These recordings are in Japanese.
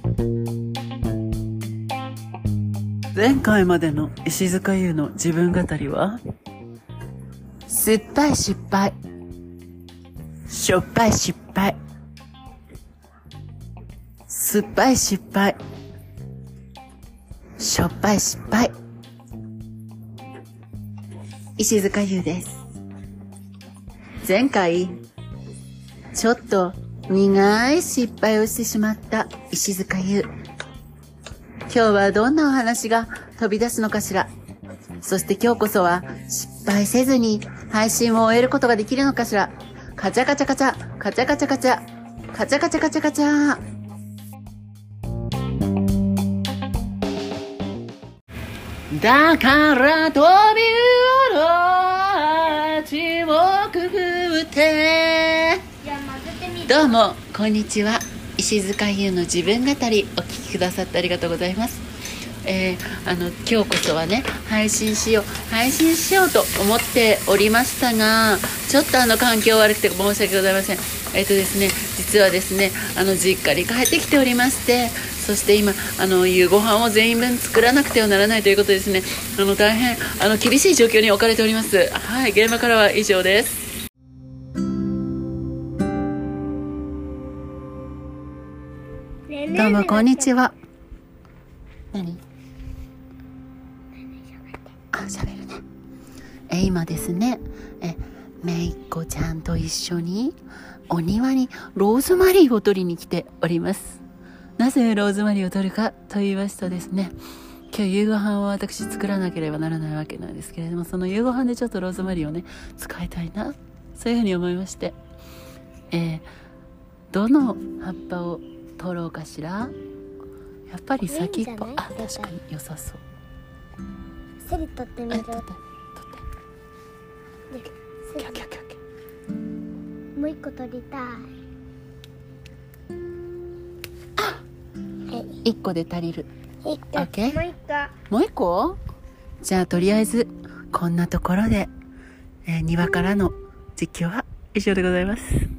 前回までの石塚優の自分語りは、酸っぱい失敗、しょっぱい失敗、酸っぱい失敗、しょっぱい失敗。石塚優です。前回、ちょっと苦い失敗をしてしまった石塚優。今日はどんなお話が飛び出すのかしら。そして今日こそは失敗せずに配信を終えることができるのかしら。カチャカチャカチャ、カチャカチャカチャ、カチャカチャカチャカチャ。だから飛び降ろちをくぐって。どうもこんにちは。石塚優の自分語りお聞きくださってありがとうございます。今日こそはね配信しようと思っておりましたが、ちょっと環境悪くて申し訳ございません。ですね、実はですね実家に帰ってきておりまして、そして今夕ご飯を全員分作らなくてはならないということですね。大変厳しい状況に置かれております。はい、現場からは以上です。どうもこんにちは。何？喋るね。今ですね、めいっ子ちゃんと一緒にお庭にローズマリーを取りに来ております。なぜローズマリーを取るかと言いますとですね、今日夕ご飯を私作らなければならないわけなんですけれども、その夕ご飯でちょっとローズマリーをね使いたいな、そういうふうに思いまして、どの葉っぱを取ろうかしら。やっぱり先っぽ、確かに良さそう。 セリ取ってみる。 取ってもう一個取りたい。 1個で足りる。 もう一個。 じゃあとりあえずこんなところで、庭からの実況は以上でございます。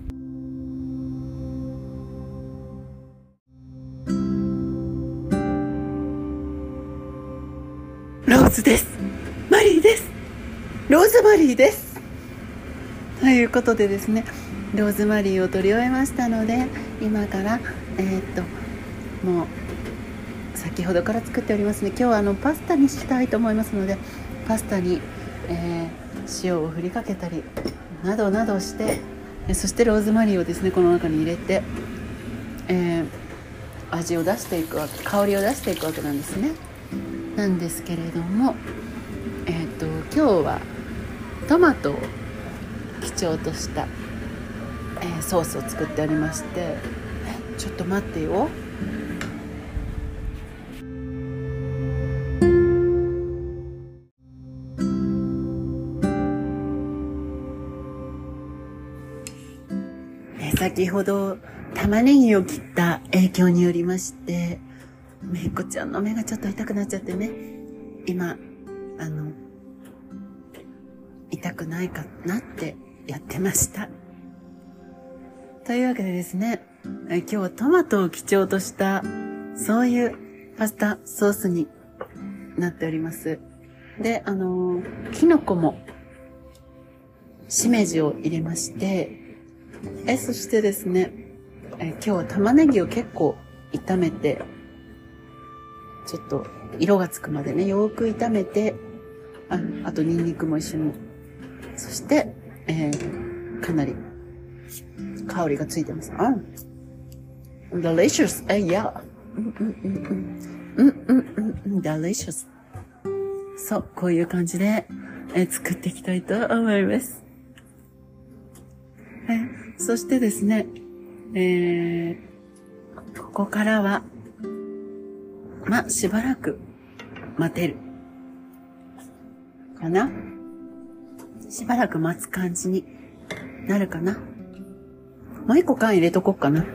ローズです。マリーです。ローズマリーです。ということでですね、ローズマリーを取り終えましたので、今からもう先ほどから作っておりますね。今日はパスタにしたいと思いますので、パスタに、塩を振りかけたりなどなどして、そしてローズマリーをですねこの中に入れて、味を出していくわけ、香りを出していくわけなんですね。なんですけれども、今日はトマトを基調とした、ソースを作っておりまして、ちょっと待ってよ。先ほど玉ねぎを切った影響によりまして、めいこちゃんの目がちょっと痛くなっちゃってね、今痛くないかなってやってました。というわけでですね、今日はトマトを基調としたそういうパスタソースになっております。で、キノコもしめじを入れまして、そしてですね、今日は玉ねぎを結構炒めて、ちょっと色がつくまでねよーく炒めて、あとニンニクも一緒に、そして、かなり香りがついてます。delicious. yeah. delicious. そう、こういう感じで、作っていきたいと思います。そしてですね、ここからはしばらく待てるかな。しばらく待つ感じになるかな。もう一個缶入れとこっかな。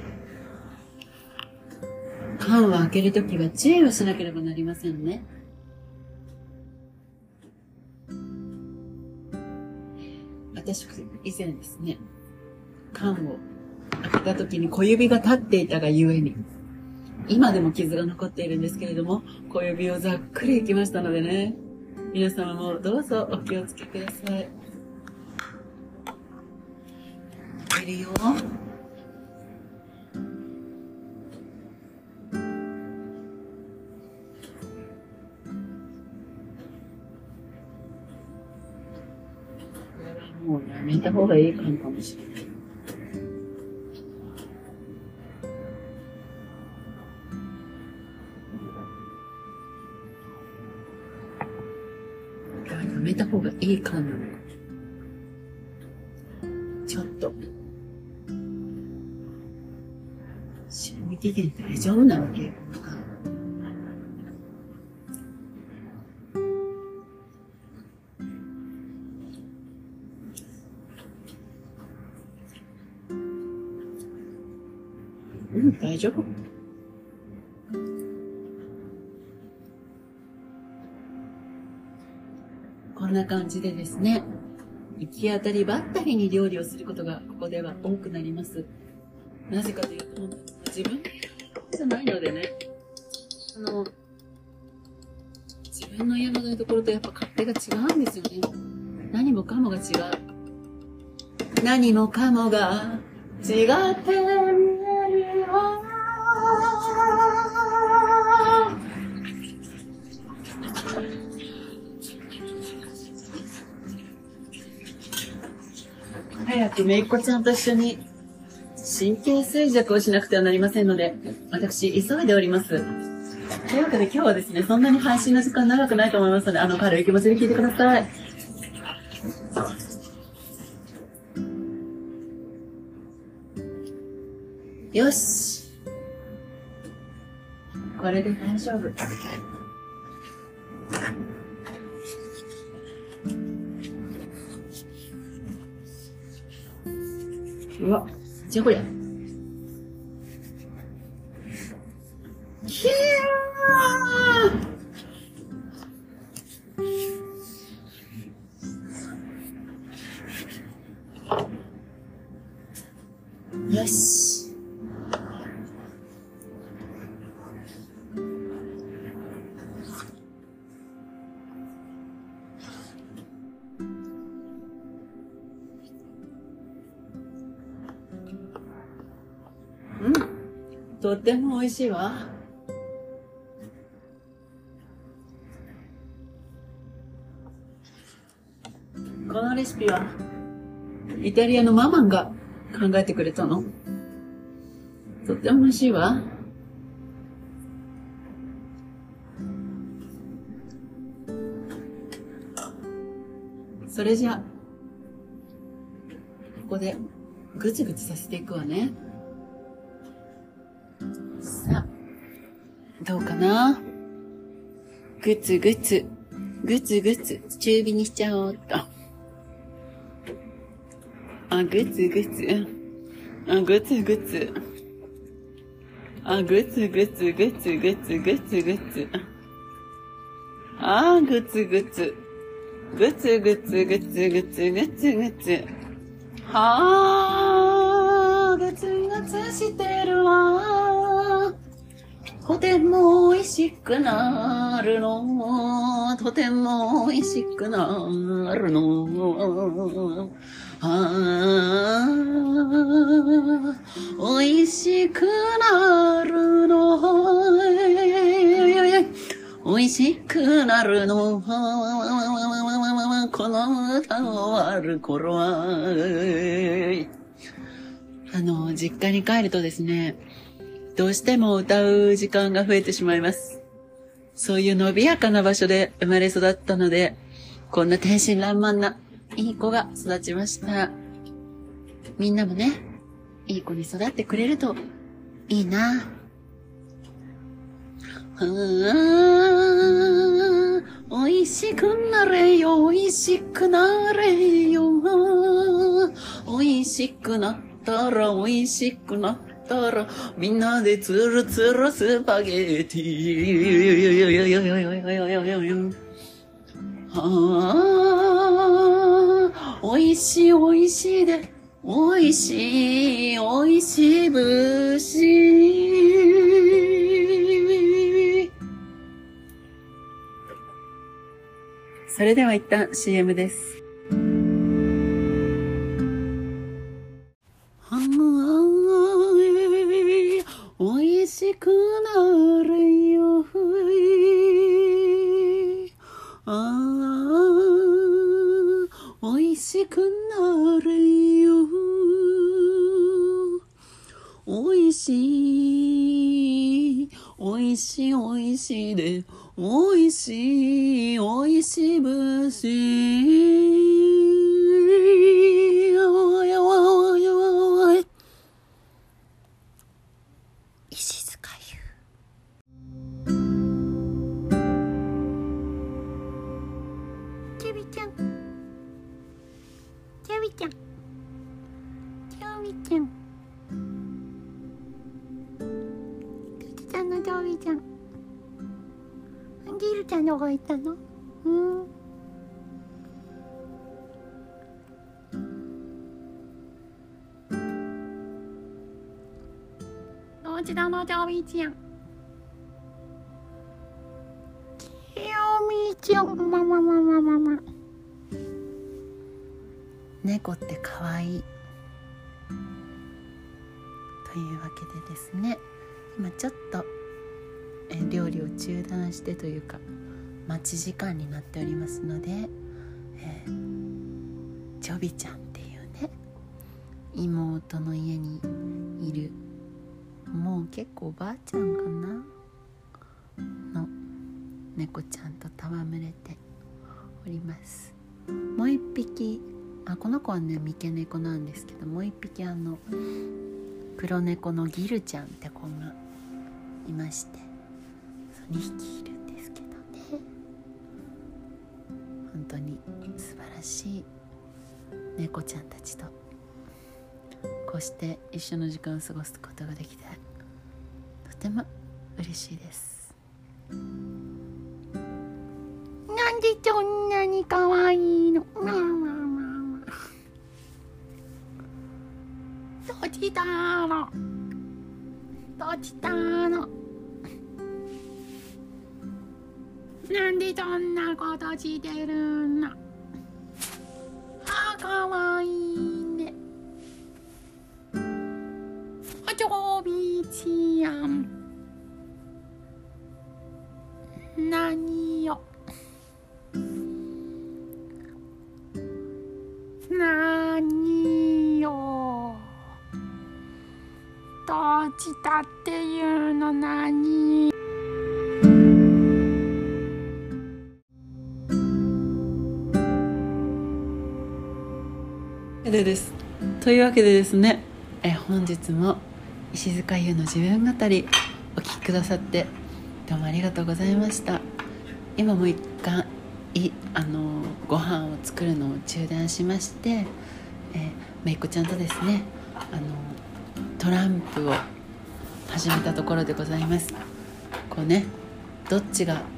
缶を開けるときは注意をしなければなりませんね。私以前ですね、缶を開けたときに小指が立っていたがゆえに、 今でも傷が残っているんですけれども、小指をざっくりいきましたのでね、皆様もどうぞお気をつけください。いるよ。もうやめた方がいいかもしれない。やめた方がいいかな。ちょっと。賞味期限大丈夫なわけ？大丈夫。こんな感じでですね、行き当たりばったりに料理をすることがここでは多くなります。なぜかというと、自分じゃないのでね、自分の家の台所とやっぱ勝手が違うんですよね。何もかもが違う。何もかもが違ってるよ。早くめいっ子ちゃんと一緒に神経衰弱をしなくてはなりませんので、私急いでおります。というわけで今日はですね、そんなに配信の時間長くないと思いますので、軽い気持ちで聞いてください。よし。これで大丈夫。うわ、じゃあこりゃ。ひゃー。よし。とっても美味しいわ。このレシピはイタリアのママンが考えてくれたの。とっても美味しいわ。それじゃあここでぐつぐつさせていくわね。さあ、どうかな。ぐつぐつ、ぐつぐつ、中火にしちゃおうっと。ぐつぐつ、ぐつぐつ、ぐつぐつ、ぐつぐつ、ぐつぐつ。ぐつぐつ、ぐつぐつ、ぐつぐつ、ぐつぐつ。ぐつぐつしてるわ。とても美味しくなるの。とても美味しくなるの。美味しくなるの。美味しくなるの。この歌を終わる頃は。実家に帰るとですね、どうしても歌う時間が増えてしまいます。そういう伸びやかな場所で生まれ育ったので、こんな天真爛漫ないい子が育ちました。みんなもね、いい子に育ってくれるといいな。美味しくなれよ、美味しくなれよ。美味しくなったら、美味しくなったら、みんなでツルツルスパゲティ。美味しい美味しいで、美味しい美味しい節。 それでは一旦 CM です。おいしくなれよ、おいしくなれよ、おいしいおいしいおいしいで、おいしいおいしぶし、石塚優。キャビちゃん、キャビちゃん、キャビちゃん、キャビちゃんのキャビちゃん、ギルちゃんの方がいたの？どちらのキャビちゃん？キャビちゃん、ママママママ。猫って可愛い。というわけでですね、今ちょっと料理を中断してというか待ち時間になっておりますので、ちょびちゃんっていうね、妹の家にいる、もう結構おばあちゃんかなの猫ちゃんと戯れております。もう一匹、この子はね三毛猫なんですけど、もう一匹黒猫のギルちゃんって子がいまして、2匹いるんですけどね、本当に素晴らしい猫ちゃんたちとこうして一緒の時間を過ごすことができてとても嬉しいです。なんでそんなに可愛いの？どちたの？どちたの？なんでそんなことしてるの？かわいいね。ちょびちやん。何よ。何よ。どっちだっていうの何？というわけでですね、本日も石塚優の自分語りお聞きくださってどうもありがとうございました。今も一回ご飯を作るのを中断しまして、めいこちゃんとですねトランプを始めたところでございます。こうね、どっちが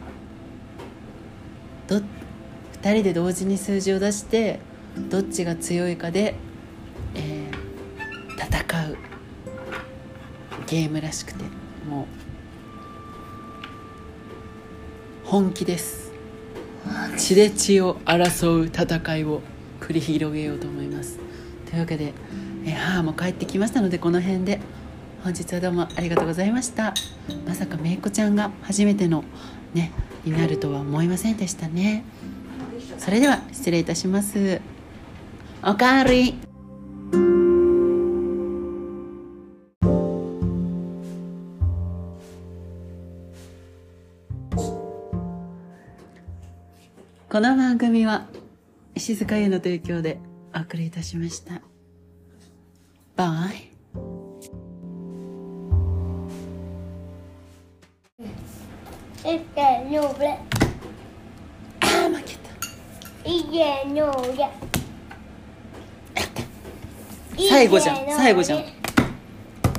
2人で同時に数字を出してどっちが強いかで、戦うゲームらしくて、もう本気です。血で血を争う戦いを繰り広げようと思います。というわけで、母も帰ってきましたのでこの辺で本日はどうもありがとうございました。まさかめいこちゃんが初めてのねになるとは思いませんでしたね。それでは失礼いたします。おかわり。この番組は石塚優の提供でお送りいたしました。バイ。 負けた。最後じゃん。